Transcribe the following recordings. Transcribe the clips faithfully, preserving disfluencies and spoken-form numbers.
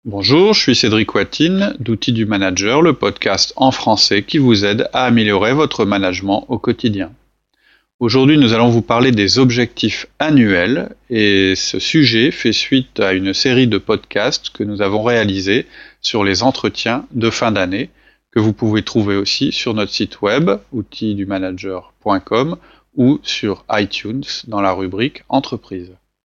Bonjour, je suis Cédric Watine d'Outils du Manager, le podcast en français qui vous aide à améliorer votre management au quotidien. Aujourd'hui, nous allons vous parler des objectifs annuels et ce sujet fait suite à une série de podcasts que nous avons réalisés sur les entretiens de fin d'année que vous pouvez trouver aussi sur notre site web outils du manager point com ou sur iTunes dans la rubrique Entreprise.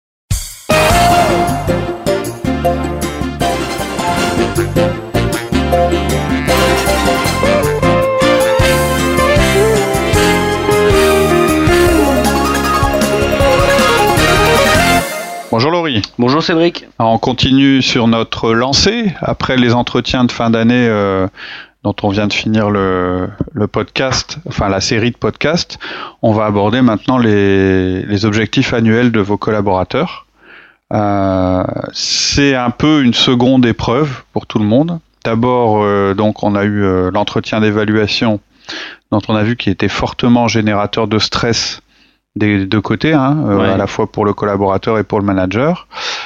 Bonjour Laurie. Bonjour Cédric. Alors on continue sur notre lancée après les entretiens de fin d'année euh, dont on vient de finir le, le podcast, enfin la série de podcasts. On va aborder maintenant les, les objectifs annuels de vos collaborateurs. Euh, c'est un peu une seconde épreuve pour tout le monde. D'abord, euh, donc on a eu euh, l'entretien d'évaluation dont on a vu qu'il était fortement générateur de stress des deux côtés, hein, euh, ouais. à la fois pour le collaborateur et pour le manager.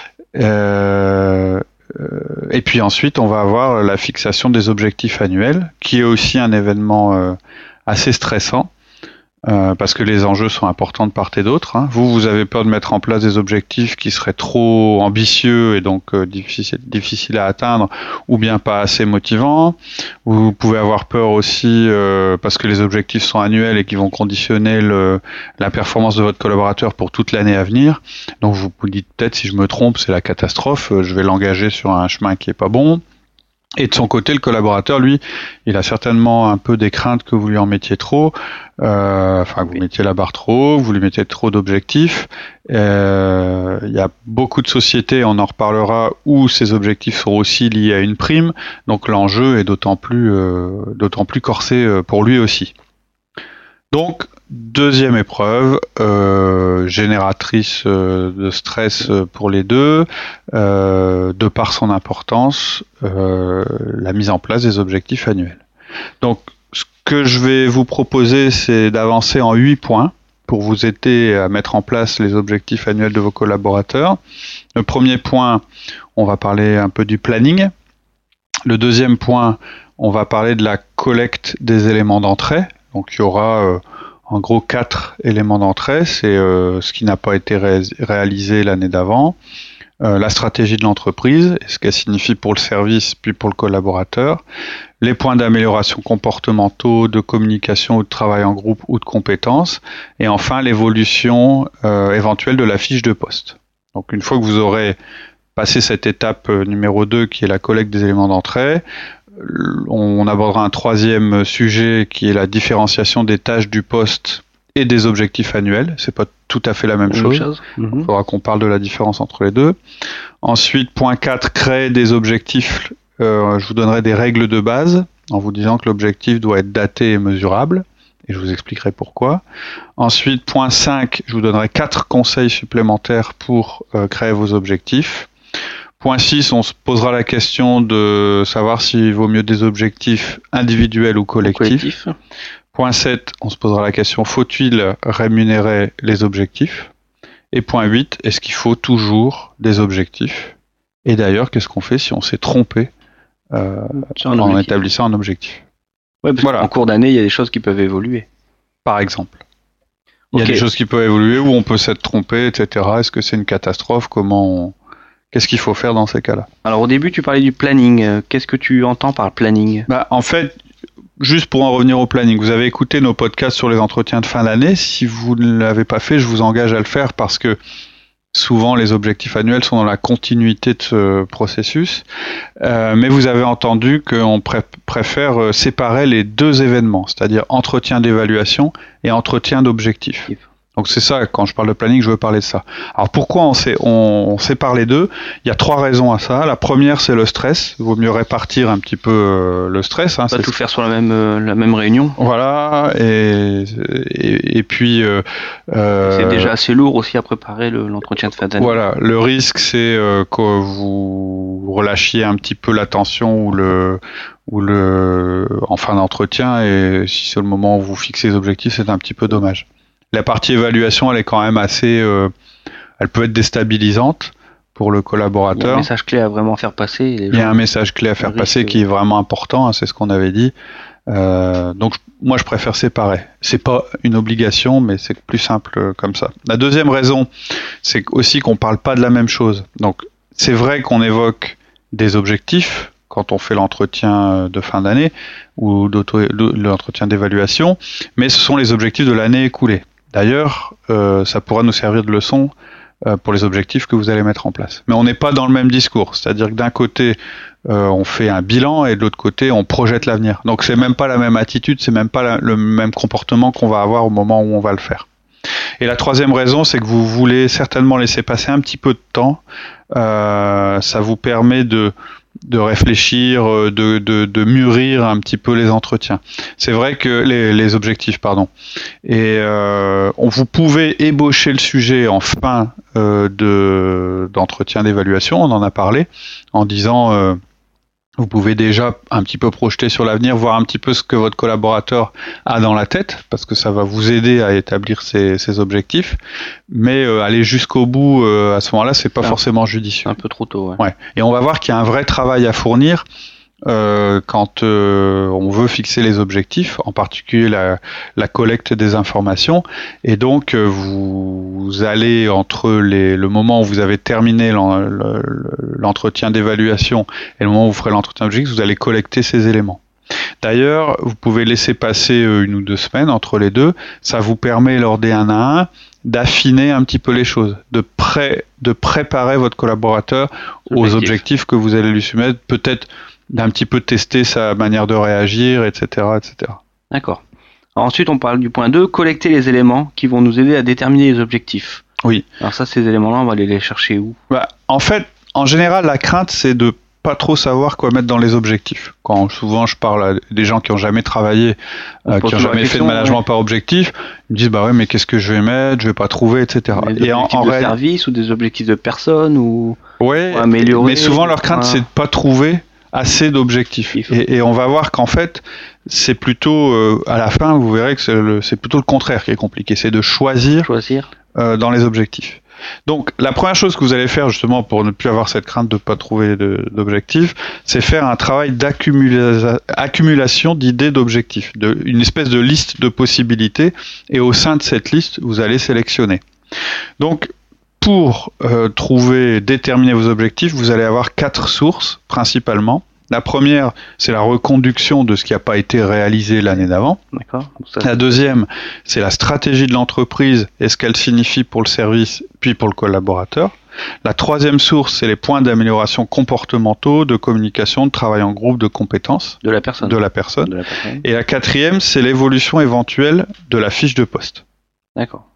Euh, euh, et puis ensuite, on va avoir la fixation des objectifs annuels, qui est aussi un événement euh, assez stressant, euh, parce que les enjeux sont importants de part et d'autre. Hein. Vous, vous avez peur de mettre en place des objectifs qui seraient trop ambitieux et donc euh, difficiles difficile à atteindre, ou bien pas assez motivants. Vous pouvez avoir peur aussi euh, parce que les objectifs sont annuels et qui vont conditionner le, la performance de votre collaborateur pour toute l'année à venir. Donc vous vous dites peut-être, si je me trompe, c'est la catastrophe, je vais l'engager sur un chemin qui est pas bon. Et de son côté, le collaborateur, lui, il a certainement un peu des craintes que vous lui en mettiez trop, euh, enfin que vous mettiez la barre trop haut, que vous lui mettiez trop d'objectifs. Euh, il y a beaucoup de sociétés, on en reparlera, où ces objectifs sont aussi liés à une prime, donc l'enjeu est d'autant plus, euh, d'autant plus corsé pour lui aussi. Donc, deuxième épreuve, euh, génératrice euh, de stress pour les deux, euh, de par son importance, euh, la mise en place des objectifs annuels. Donc, ce que je vais vous proposer, c'est d'avancer en huit points pour vous aider à mettre en place les objectifs annuels de vos collaborateurs. Le premier point, on va parler un peu du planning. Le deuxième point, on va parler de la collecte des éléments d'entrée. Donc il y aura euh, en gros quatre éléments d'entrée, c'est euh, ce qui n'a pas été ré- réalisé l'année d'avant, euh, la stratégie de l'entreprise, et ce qu'elle signifie pour le service puis pour le collaborateur, les points d'amélioration comportementaux, de communication ou de travail en groupe ou de compétences, et enfin l'évolution euh, éventuelle de la fiche de poste. Donc une fois que vous aurez passé cette étape euh, numéro deux qui est la collecte des éléments d'entrée, on abordera un troisième sujet qui est la différenciation des tâches du poste et des objectifs annuels. C'est pas tout à fait la même chose. chose. Il mm-hmm. faudra qu'on parle de la différence entre les deux. Ensuite, point quatre, créer des objectifs. Euh, je vous donnerai des règles de base en vous disant que l'objectif doit être daté et mesurable. Et je vous expliquerai pourquoi. Ensuite, point cinq, je vous donnerai quatre conseils supplémentaires pour euh, créer vos objectifs. Point six, on se posera la question de savoir s'il vaut mieux des objectifs individuels ou collectifs. Collectif. Point sept, on se posera la question, faut-il rémunérer les objectifs? Et point huit, est-ce qu'il faut toujours des objectifs? Et d'ailleurs, qu'est-ce qu'on fait si on s'est trompé euh, en établissant un objectif? Ouais, parce voilà. En cours d'année, il y a des choses qui peuvent évoluer. Par exemple. Il okay. y a des choses qui peuvent évoluer où on peut s'être trompé, et cetera. Est-ce que c'est une catastrophe? Comment on... Qu'est-ce qu'il faut faire dans ces cas-là? Alors au début, tu parlais du planning. Qu'est-ce que tu entends par planning? Bah, en fait, juste pour en revenir au planning, vous avez écouté nos podcasts sur les entretiens de fin d'année. Si vous ne l'avez pas fait, je vous engage à le faire parce que souvent les objectifs annuels sont dans la continuité de ce processus. Euh, mais vous avez entendu qu'on pré- préfère séparer les deux événements, c'est-à-dire entretien d'évaluation et entretien d'objectifs. Donc c'est ça, quand je parle de planning, je veux parler de ça. Alors pourquoi on, sait, on, on sépare les deux? Il y a trois raisons à ça. La première, c'est le stress. Il vaut mieux répartir un petit peu euh, le stress. Hein, pas tout faire sur la même, euh, la même réunion. Voilà, et, et, et puis... Euh, c'est déjà assez lourd aussi à préparer le, l'entretien de fin d'année. Voilà, le risque, c'est euh, que vous relâchiez un petit peu la tension ou le... ou le en fin d'entretien, et si c'est le moment où vous fixez les objectifs, c'est un petit peu dommage. La partie évaluation, elle est quand même assez... Euh, elle peut être déstabilisante pour le collaborateur. Il y a un message clé à vraiment faire passer. Les Il y a un message clé à faire passer risque... qui est vraiment important, hein, c'est ce qu'on avait dit. Euh, donc moi je préfère séparer. C'est pas une obligation, mais c'est plus simple comme ça. La deuxième raison, c'est aussi qu'on parle pas de la même chose. Donc c'est vrai qu'on évoque des objectifs quand on fait l'entretien de fin d'année ou l'entretien d'évaluation, mais ce sont les objectifs de l'année écoulée. D'ailleurs, euh, ça pourra nous servir de leçon euh, pour les objectifs que vous allez mettre en place. Mais on n'est pas dans le même discours, c'est-à-dire que d'un côté, euh, on fait un bilan et de l'autre côté, on projette l'avenir. Donc c'est même pas la même attitude, c'est même pas la, le même comportement qu'on va avoir au moment où on va le faire. Et la troisième raison, c'est que vous voulez certainement laisser passer un petit peu de temps. Euh, ça vous permet de de réfléchir, de, de, de mûrir un petit peu les entretiens. C'est vrai que les, les objectifs, pardon. Et euh, on, vous pouvez ébaucher le sujet en fin euh, de, d'entretien d'évaluation, on en a parlé, en disant... Euh, vous pouvez déjà un petit peu projeter sur l'avenir, voir un petit peu ce que votre collaborateur a dans la tête, parce que ça va vous aider à établir ses, ses objectifs. Mais euh, aller jusqu'au bout, euh, à ce moment-là, c'est pas un, forcément judicieux. Un peu trop tôt, ouais. ouais. Et on va voir qu'il y a un vrai travail à fournir euh, quand euh, on veut fixer les objectifs, en particulier la, la collecte des informations. Et donc, euh, vous, vous allez entre les, le moment où vous avez terminé l'en, le, l'entretien d'évaluation et le moment où vous ferez l'entretien d'objectifs, vous allez collecter ces éléments. D'ailleurs, vous pouvez laisser passer une ou deux semaines entre les deux. Ça vous permet, lors des un à un, d'affiner un petit peu les choses, de, pré, de préparer votre collaborateur Objectif. aux objectifs que vous allez lui soumettre, peut-être d'un petit peu tester sa manière de réagir, et cetera, et cetera. D'accord. Alors ensuite, on parle du point deux, collecter les éléments qui vont nous aider à déterminer les objectifs. Oui. Alors ça, ces éléments-là, on va aller les chercher où ? Bah, en fait, en général, la crainte, c'est de pas trop savoir quoi mettre dans les objectifs. Quand souvent je parle à des gens qui ont jamais travaillé, euh, qui ont jamais question, fait de management ouais. par objectif, ils me disent bah ouais mais qu'est-ce que je vais mettre, je vais pas trouver, et cetera. Des et en, en de réel... service ou des objectifs de personne ou ouais, ou améliorer. Mais souvent leur crainte ah. c'est de pas trouver assez d'objectifs. Et, et on va voir qu'en fait c'est plutôt euh, à la fin vous verrez que c'est, le, c'est plutôt le contraire qui est compliqué, c'est de choisir, choisir. Euh, dans les objectifs. Donc, la première chose que vous allez faire justement pour ne plus avoir cette crainte de ne pas trouver de, d'objectifs, c'est faire un travail d'accumulation d'idées d'objectifs, de, une espèce de liste de possibilités, et au sein de cette liste, vous allez sélectionner. Donc, pour euh, trouver, déterminer vos objectifs, vous allez avoir quatre sources principalement. La première, c'est la reconduction de ce qui n'a pas été réalisé l'année d'avant. D'accord. La deuxième, c'est la stratégie de l'entreprise et ce qu'elle signifie pour le service, puis pour le collaborateur. La troisième source, c'est les points d'amélioration comportementaux, de communication, de travail en groupe, de compétences. De la personne. De la personne. De la personne. Et la quatrième, c'est l'évolution éventuelle de la fiche de poste. D'accord.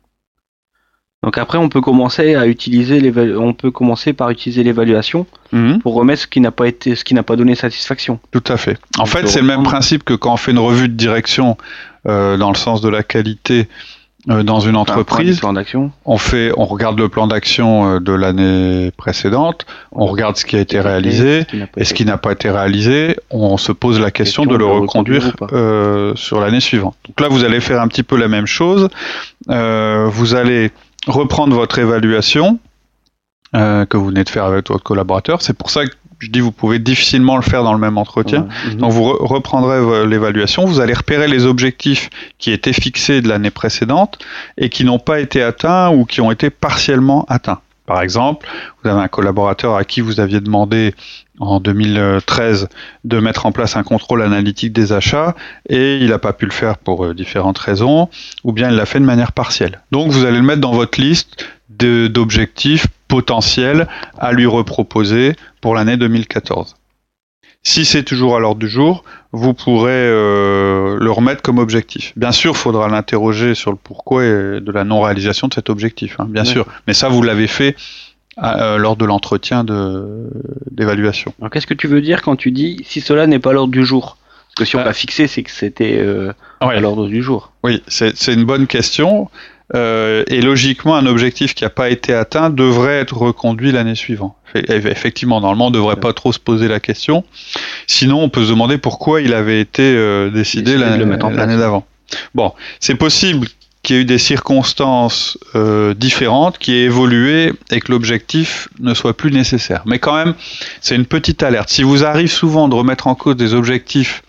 Donc après, on peut commencer à utiliser l'évalu... on peut commencer par utiliser l'évaluation mmh. pour remettre ce qui n'a pas été, ce qui n'a pas donné satisfaction. Tout à fait. En donc fait, c'est reprendre... le même principe que quand on fait une revue de direction euh, dans le sens de la qualité euh, dans une entreprise. Plan d'action. On fait, on regarde le plan d'action euh, de l'année précédente, on regarde ce qui a été réalisé ce et ce qui n'a pas été réalisé. On se pose la question, question de le reconduire euh, sur l'année suivante. Donc là, vous allez faire un petit peu la même chose. Euh, vous allez reprendre votre évaluation euh, que vous venez de faire avec votre collaborateur. C'est pour ça que je dis vous pouvez difficilement le faire dans le même entretien. Ouais. Donc vous re- reprendrez l'évaluation, vous allez repérer les objectifs qui étaient fixés de l'année précédente et qui n'ont pas été atteints ou qui ont été partiellement atteints. Par exemple, vous avez un collaborateur à qui vous aviez demandé en deux mille treize de mettre en place un contrôle analytique des achats et il n'a pas pu le faire pour euh, différentes raisons, ou bien il l'a fait de manière partielle. Donc vous allez le mettre dans votre liste de, d'objectifs potentiels à lui reproposer pour l'année deux mille quatorze. Si c'est toujours à l'ordre du jour, vous pourrez euh, le remettre comme objectif. Bien sûr, il faudra l'interroger sur le pourquoi de la non-réalisation de cet objectif, hein, bien ouais. sûr. Mais ça, vous l'avez fait Euh, lors de l'entretien de, d'évaluation. Alors qu'est-ce que tu veux dire quand tu dis si cela n'est pas à l'ordre du jour ? Parce que si on euh, l'a fixé, c'est que c'était euh, ouais. à l'ordre du jour. Oui, c'est, c'est une bonne question. Euh, et logiquement, un objectif qui n'a pas été atteint devrait être reconduit l'année suivante. Effectivement, normalement, on ne devrait pas trop se poser la question. Sinon, on peut se demander pourquoi il avait été euh, décidé l'année, l'année d'avant. Bon, c'est possible qu'il y a eu des circonstances euh, différentes, qui aient évolué et que l'objectif ne soit plus nécessaire. Mais quand même, c'est une petite alerte. Si vous arrive souvent de remettre en cause des objectifs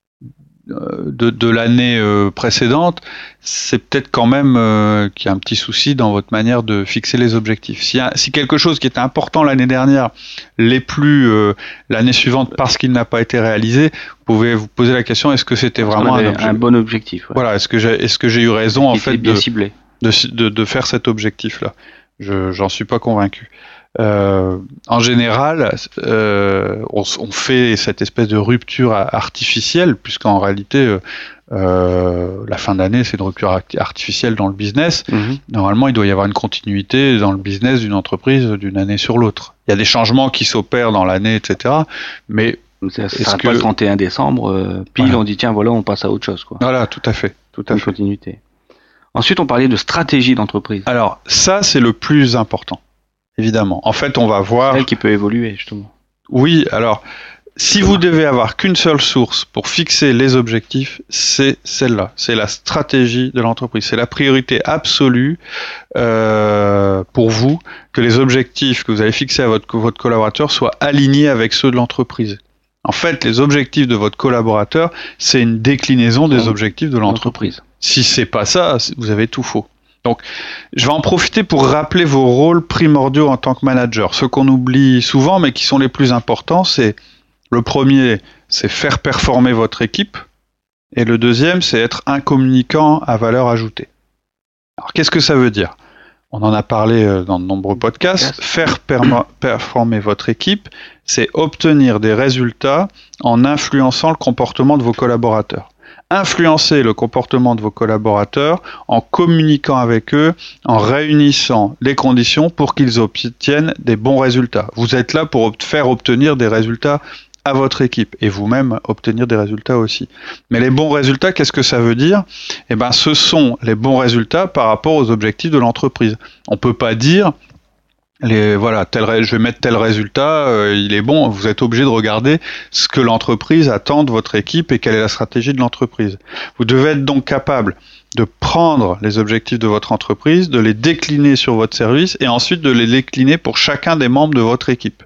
de, de l'année euh, précédente, c'est peut-être quand même euh, qu'il y a un petit souci dans votre manière de fixer les objectifs. Si, si quelque chose qui était important l'année dernière l'est plus euh, l'année suivante parce qu'il n'a pas été réalisé, vous pouvez vous poser la question, est-ce que c'était vraiment un, un bon objectif? Ouais. Voilà, est-ce que j'ai, est-ce que j'ai eu raison en fait bien de, ciblé. De, de, de faire cet objectif-là? Je, j'en suis pas convaincu. Euh, en général, euh, on, on fait cette espèce de rupture artificielle, puisqu'en réalité, euh, la fin d'année, c'est une rupture artificielle dans le business. Mm-hmm. Normalement, il doit y avoir une continuité dans le business d'une entreprise d'une année sur l'autre. Il y a des changements qui s'opèrent dans l'année, et cetera. Mais ça ne sera pas le trente et un décembre, euh, pile, voilà. On dit tiens, voilà, on passe à autre chose, quoi. Voilà, tout à fait, tout à une fait. Continuité. Ensuite, on parlait de stratégie d'entreprise. Alors, ça, c'est le plus important. Évidemment. En fait, on va voir... Celle qui peut évoluer, justement. Oui, alors, si vous devez avoir qu'une seule source pour fixer les objectifs, c'est celle-là. C'est la stratégie de l'entreprise. C'est la priorité absolue euh, pour vous que les objectifs que vous avez fixés à votre, votre collaborateur soient alignés avec ceux de l'entreprise. En fait, les objectifs de votre collaborateur, c'est une déclinaison des objectifs de l'entreprise. Si c'est pas ça, vous avez tout faux. Donc, je vais en profiter pour rappeler vos rôles primordiaux en tant que manager. Ceux qu'on oublie souvent, mais qui sont les plus importants, c'est le premier, c'est faire performer votre équipe. Et le deuxième, c'est être un communicant à valeur ajoutée. Alors, qu'est-ce que ça veut dire ? On en a parlé dans de nombreux podcasts. Faire perma- performer votre équipe, c'est obtenir des résultats en influençant le comportement de vos collaborateurs. Influencer le comportement de vos collaborateurs en communiquant avec eux, en réunissant les conditions pour qu'ils obtiennent des bons résultats. Vous êtes là pour faire obtenir des résultats à votre équipe et vous-même obtenir des résultats aussi. Mais les bons résultats, qu'est-ce que ça veut dire ? Eh ben, ce sont les bons résultats par rapport aux objectifs de l'entreprise. On peut pas dire les voilà, tel, je vais mettre tel résultat, euh, il est bon. Vous êtes obligé de regarder ce que l'entreprise attend de votre équipe et quelle est la stratégie de l'entreprise. Vous devez être donc capable de prendre les objectifs de votre entreprise, de les décliner sur votre service et ensuite de les décliner pour chacun des membres de votre équipe.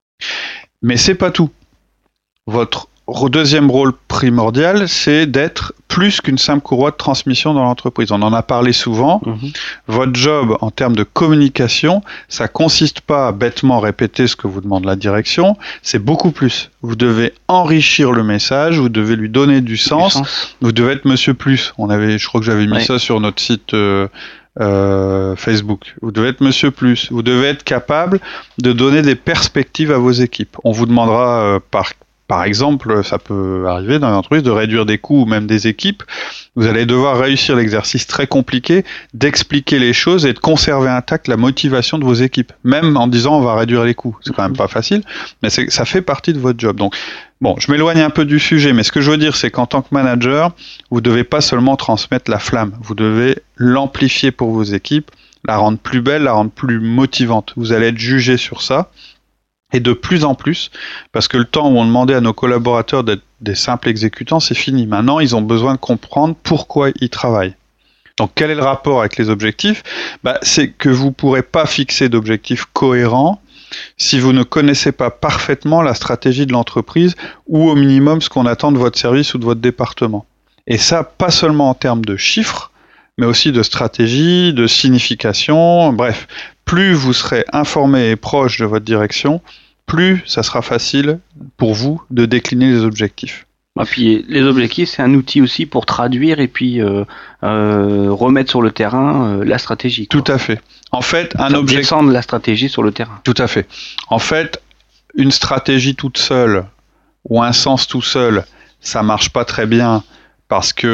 Mais c'est pas tout. Votre deuxième rôle primordial, c'est d'être plus qu'une simple courroie de transmission dans l'entreprise. On en a parlé souvent. Mmh. Votre job en termes de communication, ça consiste pas à bêtement répéter ce que vous demande la direction, c'est beaucoup plus. Vous devez enrichir le message, vous devez lui donner du sens, du sens. Vous devez être Monsieur Plus. On avait, je crois que j'avais mis ouais. ça sur notre site euh, euh, Facebook. Vous devez être Monsieur Plus. Vous devez être capable de donner des perspectives à vos équipes. On vous demandera euh, par Par exemple, ça peut arriver dans une entreprise de réduire des coûts ou même des équipes. Vous allez devoir réussir l'exercice très compliqué d'expliquer les choses et de conserver intacte la motivation de vos équipes. Même en disant on va réduire les coûts. C'est quand même pas facile, mais c'est, ça fait partie de votre job. Donc, bon, je m'éloigne un peu du sujet, mais ce que je veux dire, c'est qu'en tant que manager, vous devez pas seulement transmettre la flamme. Vous devez l'amplifier pour vos équipes, la rendre plus belle, la rendre plus motivante. Vous allez être jugé sur ça. Et de plus en plus, parce que le temps où on demandait à nos collaborateurs d'être des simples exécutants, c'est fini. Maintenant, ils ont besoin de comprendre pourquoi ils travaillent. Donc, quel est le rapport avec les objectifs ? Bah, c'est que vous ne pourrez pas fixer d'objectifs cohérents si vous ne connaissez pas parfaitement la stratégie de l'entreprise ou au minimum ce qu'on attend de votre service ou de votre département. Et ça, pas seulement en termes de chiffres, mais aussi de stratégie, de signification, bref. Plus vous serez informé et proche de votre direction, plus ça sera facile pour vous de décliner les objectifs. Et puis les objectifs, c'est un outil aussi pour traduire et puis euh, euh, remettre sur le terrain euh, la stratégie. Quoi. Tout à fait. En fait, un objectif. Descendre la stratégie sur le terrain. Tout à fait. En fait, une stratégie toute seule ou un sens tout seul, ça marche pas très bien parce que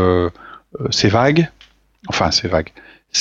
euh, c'est vague. Enfin, c'est vague.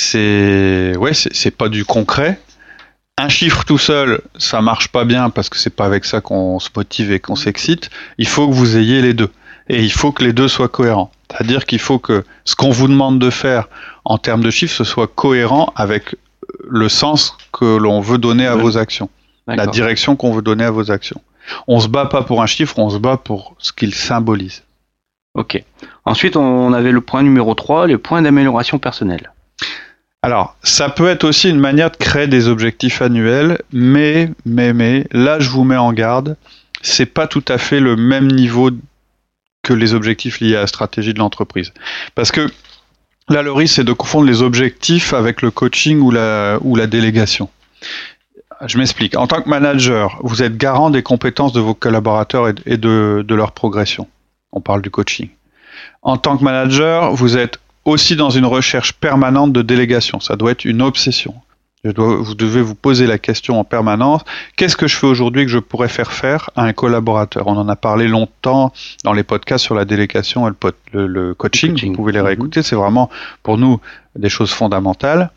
C'est ouais, c'est, c'est pas du concret. Un chiffre tout seul, ça marche pas bien parce que c'est pas avec ça qu'on se motive et qu'on s'excite. Il faut que vous ayez les deux. Et il faut que les deux soient cohérents. C'est-à-dire qu'il faut que ce qu'on vous demande de faire en termes de chiffres, ce soit cohérent avec le sens que l'on veut donner à oui. vos actions. D'accord. La direction qu'on veut donner à vos actions. On se bat pas pour un chiffre, on se bat pour ce qu'il symbolise. Ok. Ensuite, on avait le point numéro trois, le point d'amélioration personnelle. Alors, ça peut être aussi une manière de créer des objectifs annuels, mais, mais, mais, là, je vous mets en garde, c'est pas tout à fait le même niveau que les objectifs liés à la stratégie de l'entreprise. Parce que là, le risque, c'est de confondre les objectifs avec le coaching ou la, ou la délégation. Je m'explique. En tant que manager, vous êtes garant des compétences de vos collaborateurs et de, de leur progression. On parle du coaching. En tant que manager, vous êtes aussi dans une recherche permanente de délégation. Ça doit être une obsession. Je dois, vous devez vous poser la question en permanence, qu'est-ce que je fais aujourd'hui que je pourrais faire faire à un collaborateur? On en a parlé longtemps dans les podcasts sur la délégation et le, pot, le, le coaching. coaching. Vous pouvez les réécouter. C'est vraiment, pour nous, des choses fondamentales.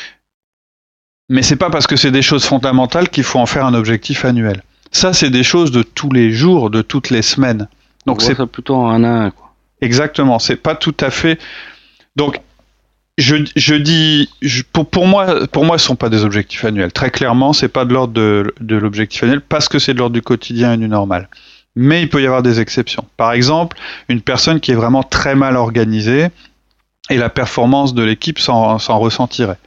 Mais c'est pas parce que c'est des choses fondamentales qu'il faut en faire un objectif annuel. Ça, c'est des choses de tous les jours, de toutes les semaines. Donc c'est ça plutôt en un à un, quoi. Exactement. C'est pas tout à fait. Donc je, je dis, je, pour, pour moi, pour moi, ce sont pas des objectifs annuels. Très clairement, c'est pas de l'ordre de, de l'objectif annuel parce que c'est de l'ordre du quotidien et du normal. Mais il peut y avoir des exceptions. Par exemple, une personne qui est vraiment très mal organisée et la performance de l'équipe s'en, s'en ressentirait.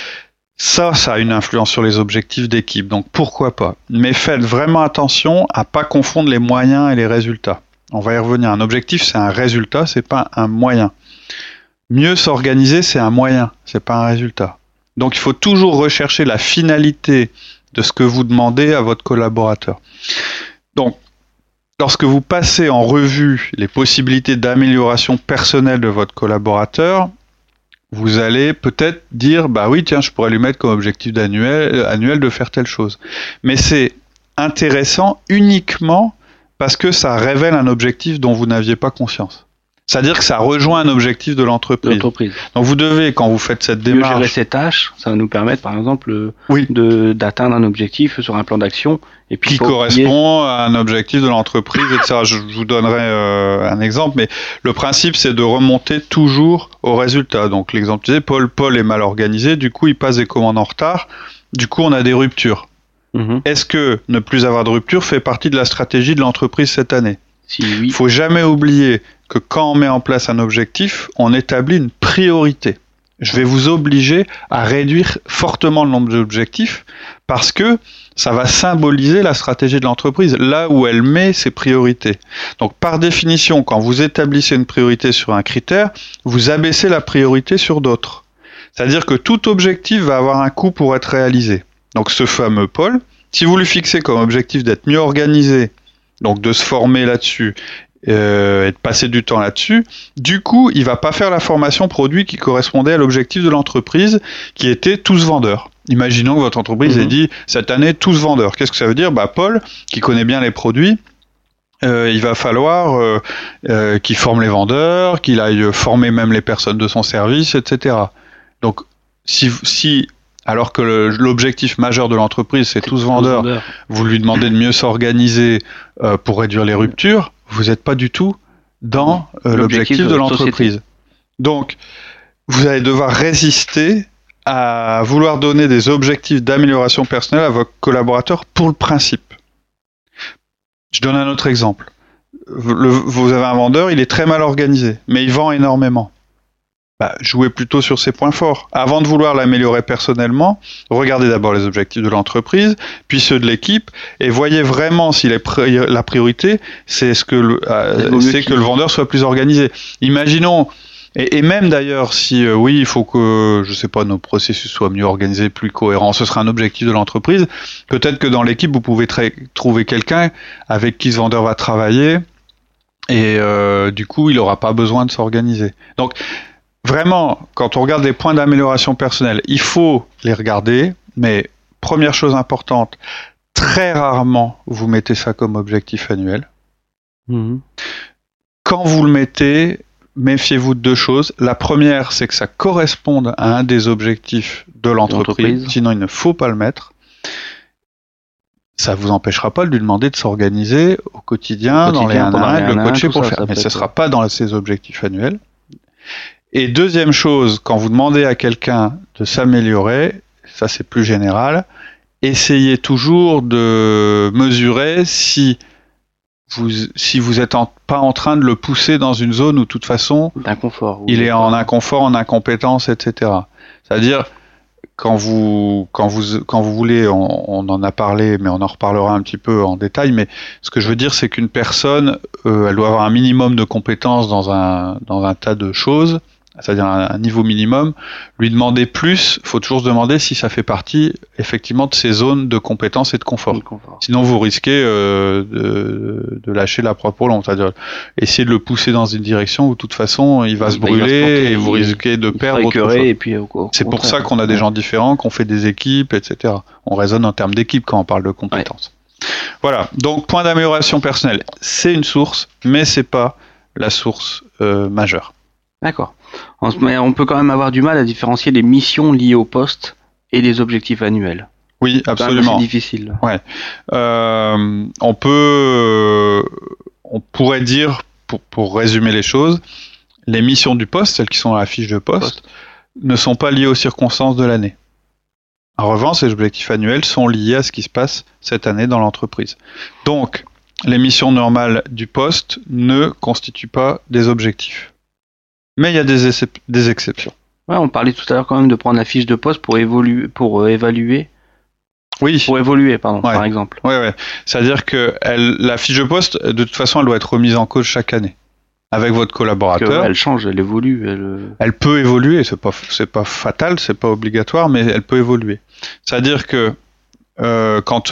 Ça, ça a une influence sur les objectifs d'équipe, donc pourquoi pas. Mais faites vraiment attention à pas confondre les moyens et les résultats. On va y revenir. Un objectif, c'est un résultat, c'est pas un moyen. Mieux s'organiser, c'est un moyen, c'est pas un résultat. Donc il faut toujours rechercher la finalité de ce que vous demandez à votre collaborateur. Donc, lorsque vous passez en revue les possibilités d'amélioration personnelle de votre collaborateur, vous allez peut-être dire, bah oui, tiens, je pourrais lui mettre comme objectif d'annuel, annuel de faire telle chose. Mais c'est intéressant uniquement parce que ça révèle un objectif dont vous n'aviez pas conscience. C'est-à-dire que ça rejoint un objectif de l'entreprise. l'entreprise. Donc vous devez, quand vous faites cette démarche... Mieux gérer ses tâches, ça va nous permettre, par exemple, oui. de, d'atteindre un objectif sur un plan d'action. Et puis qui correspond à un objectif de l'entreprise, et cetera. Je, je vous donnerai euh, un exemple, mais le principe, c'est de remonter toujours au résultat. Donc l'exemple, tu disais, Paul, Paul est mal organisé, du coup, il passe des commandes en retard, du coup, on a des ruptures. Mm-hmm. Est-ce que ne plus avoir de rupture fait partie de la stratégie de l'entreprise cette année ? Si oui. Il ne faut jamais oublier que quand on met en place un objectif, on établit une priorité. Je vais vous obliger à réduire fortement le nombre d'objectifs parce que ça va symboliser la stratégie de l'entreprise, là où elle met ses priorités. Donc par définition, quand vous établissez une priorité sur un critère, vous abaissez la priorité sur d'autres. C'est-à-dire que tout objectif va avoir un coût pour être réalisé. Donc ce fameux Paul, si vous lui fixez comme objectif d'être mieux organisé, donc de se former là-dessus, euh, et de passer du temps là-dessus, du coup, il va pas faire la formation produit qui correspondait à l'objectif de l'entreprise, qui était tous vendeurs. Imaginons que votre entreprise mmh. ait dit, cette année, tous vendeurs. Qu'est-ce que ça veut dire ? Bah, Paul, qui connaît bien les produits, euh, il va falloir euh, euh, qu'il forme les vendeurs, qu'il aille former même les personnes de son service, et cetera. Donc, si... si alors que le, l'objectif majeur de l'entreprise, c'est tous vendeurs, vendeurs. Vous lui demandez de mieux s'organiser euh, pour réduire les ruptures, vous n'êtes pas du tout dans euh, l'objectif, l'objectif de, de l'entreprise. Société. Donc, vous allez devoir résister à vouloir donner des objectifs d'amélioration personnelle à vos collaborateurs pour le principe. Je donne un autre exemple. Le, vous avez un vendeur, il est très mal organisé, mais il vend énormément. Bah, jouez plutôt sur ses points forts. Avant de vouloir l'améliorer personnellement, regardez d'abord les objectifs de l'entreprise, puis ceux de l'équipe, et voyez vraiment si les pri- la priorité, c'est, ce que, le, euh, c'est que le vendeur soit plus organisé. Imaginons, et, et même d'ailleurs, si euh, oui, il faut que, je sais pas, nos processus soient mieux organisés, plus cohérents, ce sera un objectif de l'entreprise, peut-être que dans l'équipe, vous pouvez tra- trouver quelqu'un avec qui ce vendeur va travailler, et euh, du coup, il n'aura pas besoin de s'organiser. Donc, vraiment, quand on regarde les points d'amélioration personnelle, il faut les regarder, mais première chose importante, très rarement vous mettez ça comme objectif annuel. Mmh. Quand vous le mettez, méfiez-vous de deux choses. La première, c'est que ça corresponde à un des objectifs de l'entreprise, l'entreprise. Sinon il ne faut pas le mettre. Ça ne vous empêchera pas de lui demander de s'organiser au quotidien, au quotidien dans les un à un, de le coacher pour le faire, mais ce ne sera pas dans ses objectifs annuels. Et deuxième chose, quand vous demandez à quelqu'un de s'améliorer, ça c'est plus général, essayez toujours de mesurer si vous, si vous êtes en, pas en train de le pousser dans une zone où, de toute façon, d'inconfort, il est en inconfort, en incompétence, et cetera. C'est-à-dire, quand vous, quand vous, quand vous voulez, on, on en a parlé, mais on en reparlera un petit peu en détail, mais ce que je veux dire, c'est qu'une personne, euh, elle doit avoir un minimum de compétences dans un, dans un tas de choses, c'est-à-dire un, un niveau minimum. Lui demander plus, il faut toujours se demander si ça fait partie, effectivement, de ses zones de compétences et de confort. De confort. Sinon, vous risquez euh, de, de lâcher la proie pour l'ombre, c'est-à-dire essayer de le pousser dans une direction où, de toute façon, il va il se brûler va se planter, et vous risquez de perdre autre chose. Et puis, au, au c'est pour ça qu'on a des gens différents, qu'on fait des équipes, et cetera. On raisonne en termes d'équipe quand on parle de compétences. Ouais. Voilà. Donc, point d'amélioration personnelle, c'est une source, mais c'est pas la source euh, majeure. D'accord. Mais on peut quand même avoir du mal à différencier les missions liées au poste et les objectifs annuels. Oui, absolument. C'est difficile. Ouais. Euh, on peut, on pourrait dire, pour, pour résumer les choses, les missions du poste, celles qui sont dans la fiche de poste, poste. ne sont pas liées aux circonstances de l'année. En revanche, les objectifs annuels sont liés à ce qui se passe cette année dans l'entreprise. Donc, les missions normales du poste ne constituent pas des objectifs. Mais il y a des, excep- des exceptions. Ouais, on parlait tout à l'heure quand même de prendre la fiche de poste pour évoluer, pour euh, évaluer. Oui. Pour évoluer, pardon, ouais. par exemple. Ouais, ouais. C'est-à-dire que elle, la fiche de poste, de toute façon, elle doit être remise en cause chaque année avec votre collaborateur. Elle change, elle évolue. Elle... elle peut évoluer. C'est pas, c'est pas fatal, c'est pas obligatoire, mais elle peut évoluer. C'est-à-dire que Euh, quand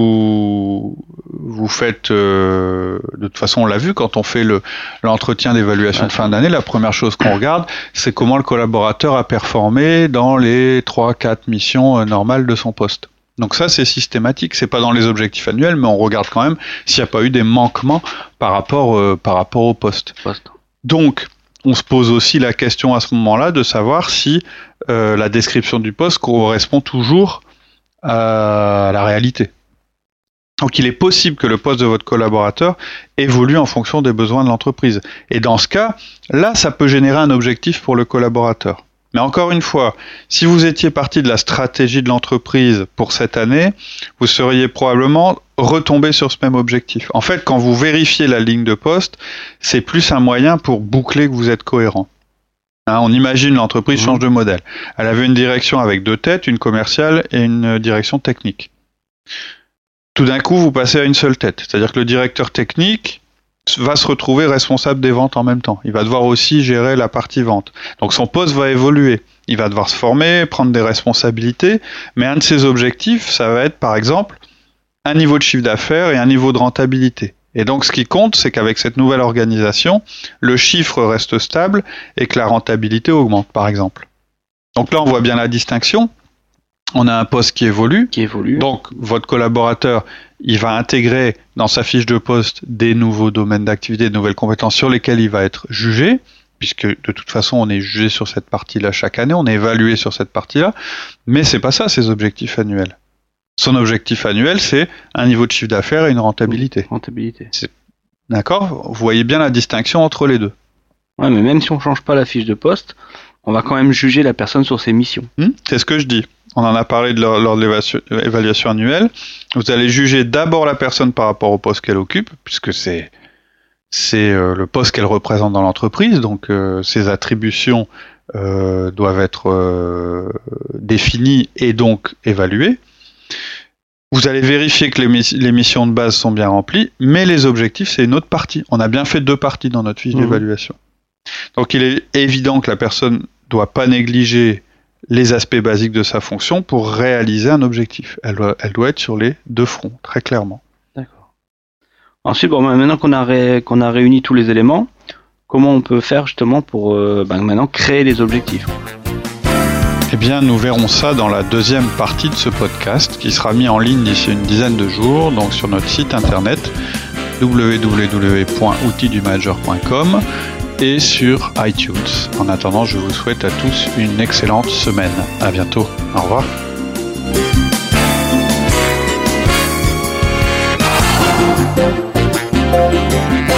vous vous faites, euh, de toute façon on l'a vu, quand on fait le, l'entretien d'évaluation ouais, de fin d'année, la première chose qu'on regarde, c'est comment le collaborateur a performé dans les trois quatre missions euh, normales de son poste. Donc ça c'est systématique, c'est pas dans les objectifs annuels, mais on regarde quand même s'il n'y a pas eu des manquements par rapport, euh, par rapport au poste. poste. Donc on se pose aussi la question à ce moment-là de savoir si euh, la description du poste correspond toujours à la réalité. Donc il est possible que le poste de votre collaborateur évolue en fonction des besoins de l'entreprise. Et dans ce cas, là, ça peut générer un objectif pour le collaborateur. Mais encore une fois, si vous étiez parti de la stratégie de l'entreprise pour cette année, vous seriez probablement retombé sur ce même objectif. En fait, quand vous vérifiez la ligne de poste, c'est plus un moyen pour boucler que vous êtes cohérent. Hein, on imagine l'entreprise mmh. change de modèle. Elle avait une direction avec deux têtes, une commerciale et une direction technique. Tout d'un coup, vous passez à une seule tête. C'est-à-dire que le directeur technique va se retrouver responsable des ventes en même temps. Il va devoir aussi gérer la partie vente. Donc son poste va évoluer. Il va devoir se former, prendre des responsabilités, mais un de ses objectifs, ça va être par exemple un niveau de chiffre d'affaires et un niveau de rentabilité. Et donc, ce qui compte, c'est qu'avec cette nouvelle organisation, le chiffre reste stable et que la rentabilité augmente, par exemple. Donc là, on voit bien la distinction. On a un poste qui évolue. Qui évolue. Donc, votre collaborateur, il va intégrer dans sa fiche de poste des nouveaux domaines d'activité, de nouvelles compétences sur lesquelles il va être jugé, puisque de toute façon, on est jugé sur cette partie-là chaque année, on est évalué sur cette partie-là. Mais c'est pas ça, ces objectifs annuels. Son objectif annuel, c'est un niveau de chiffre d'affaires et une rentabilité. Rentabilité. C'est... D'accord ? Vous voyez bien la distinction entre les deux. Ouais, mais même si on ne change pas la fiche de poste, on va quand même juger la personne sur ses missions. Mmh, c'est ce que je dis. On en a parlé de lors, lors de l'évaluation annuelle. Vous allez juger d'abord la personne par rapport au poste qu'elle occupe, puisque c'est, c'est euh, le poste qu'elle représente dans l'entreprise, donc euh, ses attributions euh, doivent être euh, définies et donc évaluées. Vous allez vérifier que les, miss- les missions de base sont bien remplies, mais les objectifs, c'est une autre partie. On a bien fait deux parties dans notre fiche mmh. d'évaluation. Donc il est évident que la personne ne doit pas négliger les aspects basiques de sa fonction pour réaliser un objectif. Elle doit, elle doit être sur les deux fronts, très clairement. D'accord. Ensuite, bon, maintenant qu'on a, ré, qu'on a réuni tous les éléments, comment on peut faire justement pour euh, ben, maintenant créer les objectifs ? Eh bien, nous verrons ça dans la deuxième partie de ce podcast qui sera mis en ligne d'ici une dizaine de jours, donc sur notre site internet w w w point outils du manager point com et sur iTunes. En attendant, je vous souhaite à tous une excellente semaine. À bientôt. Au revoir. Thank you.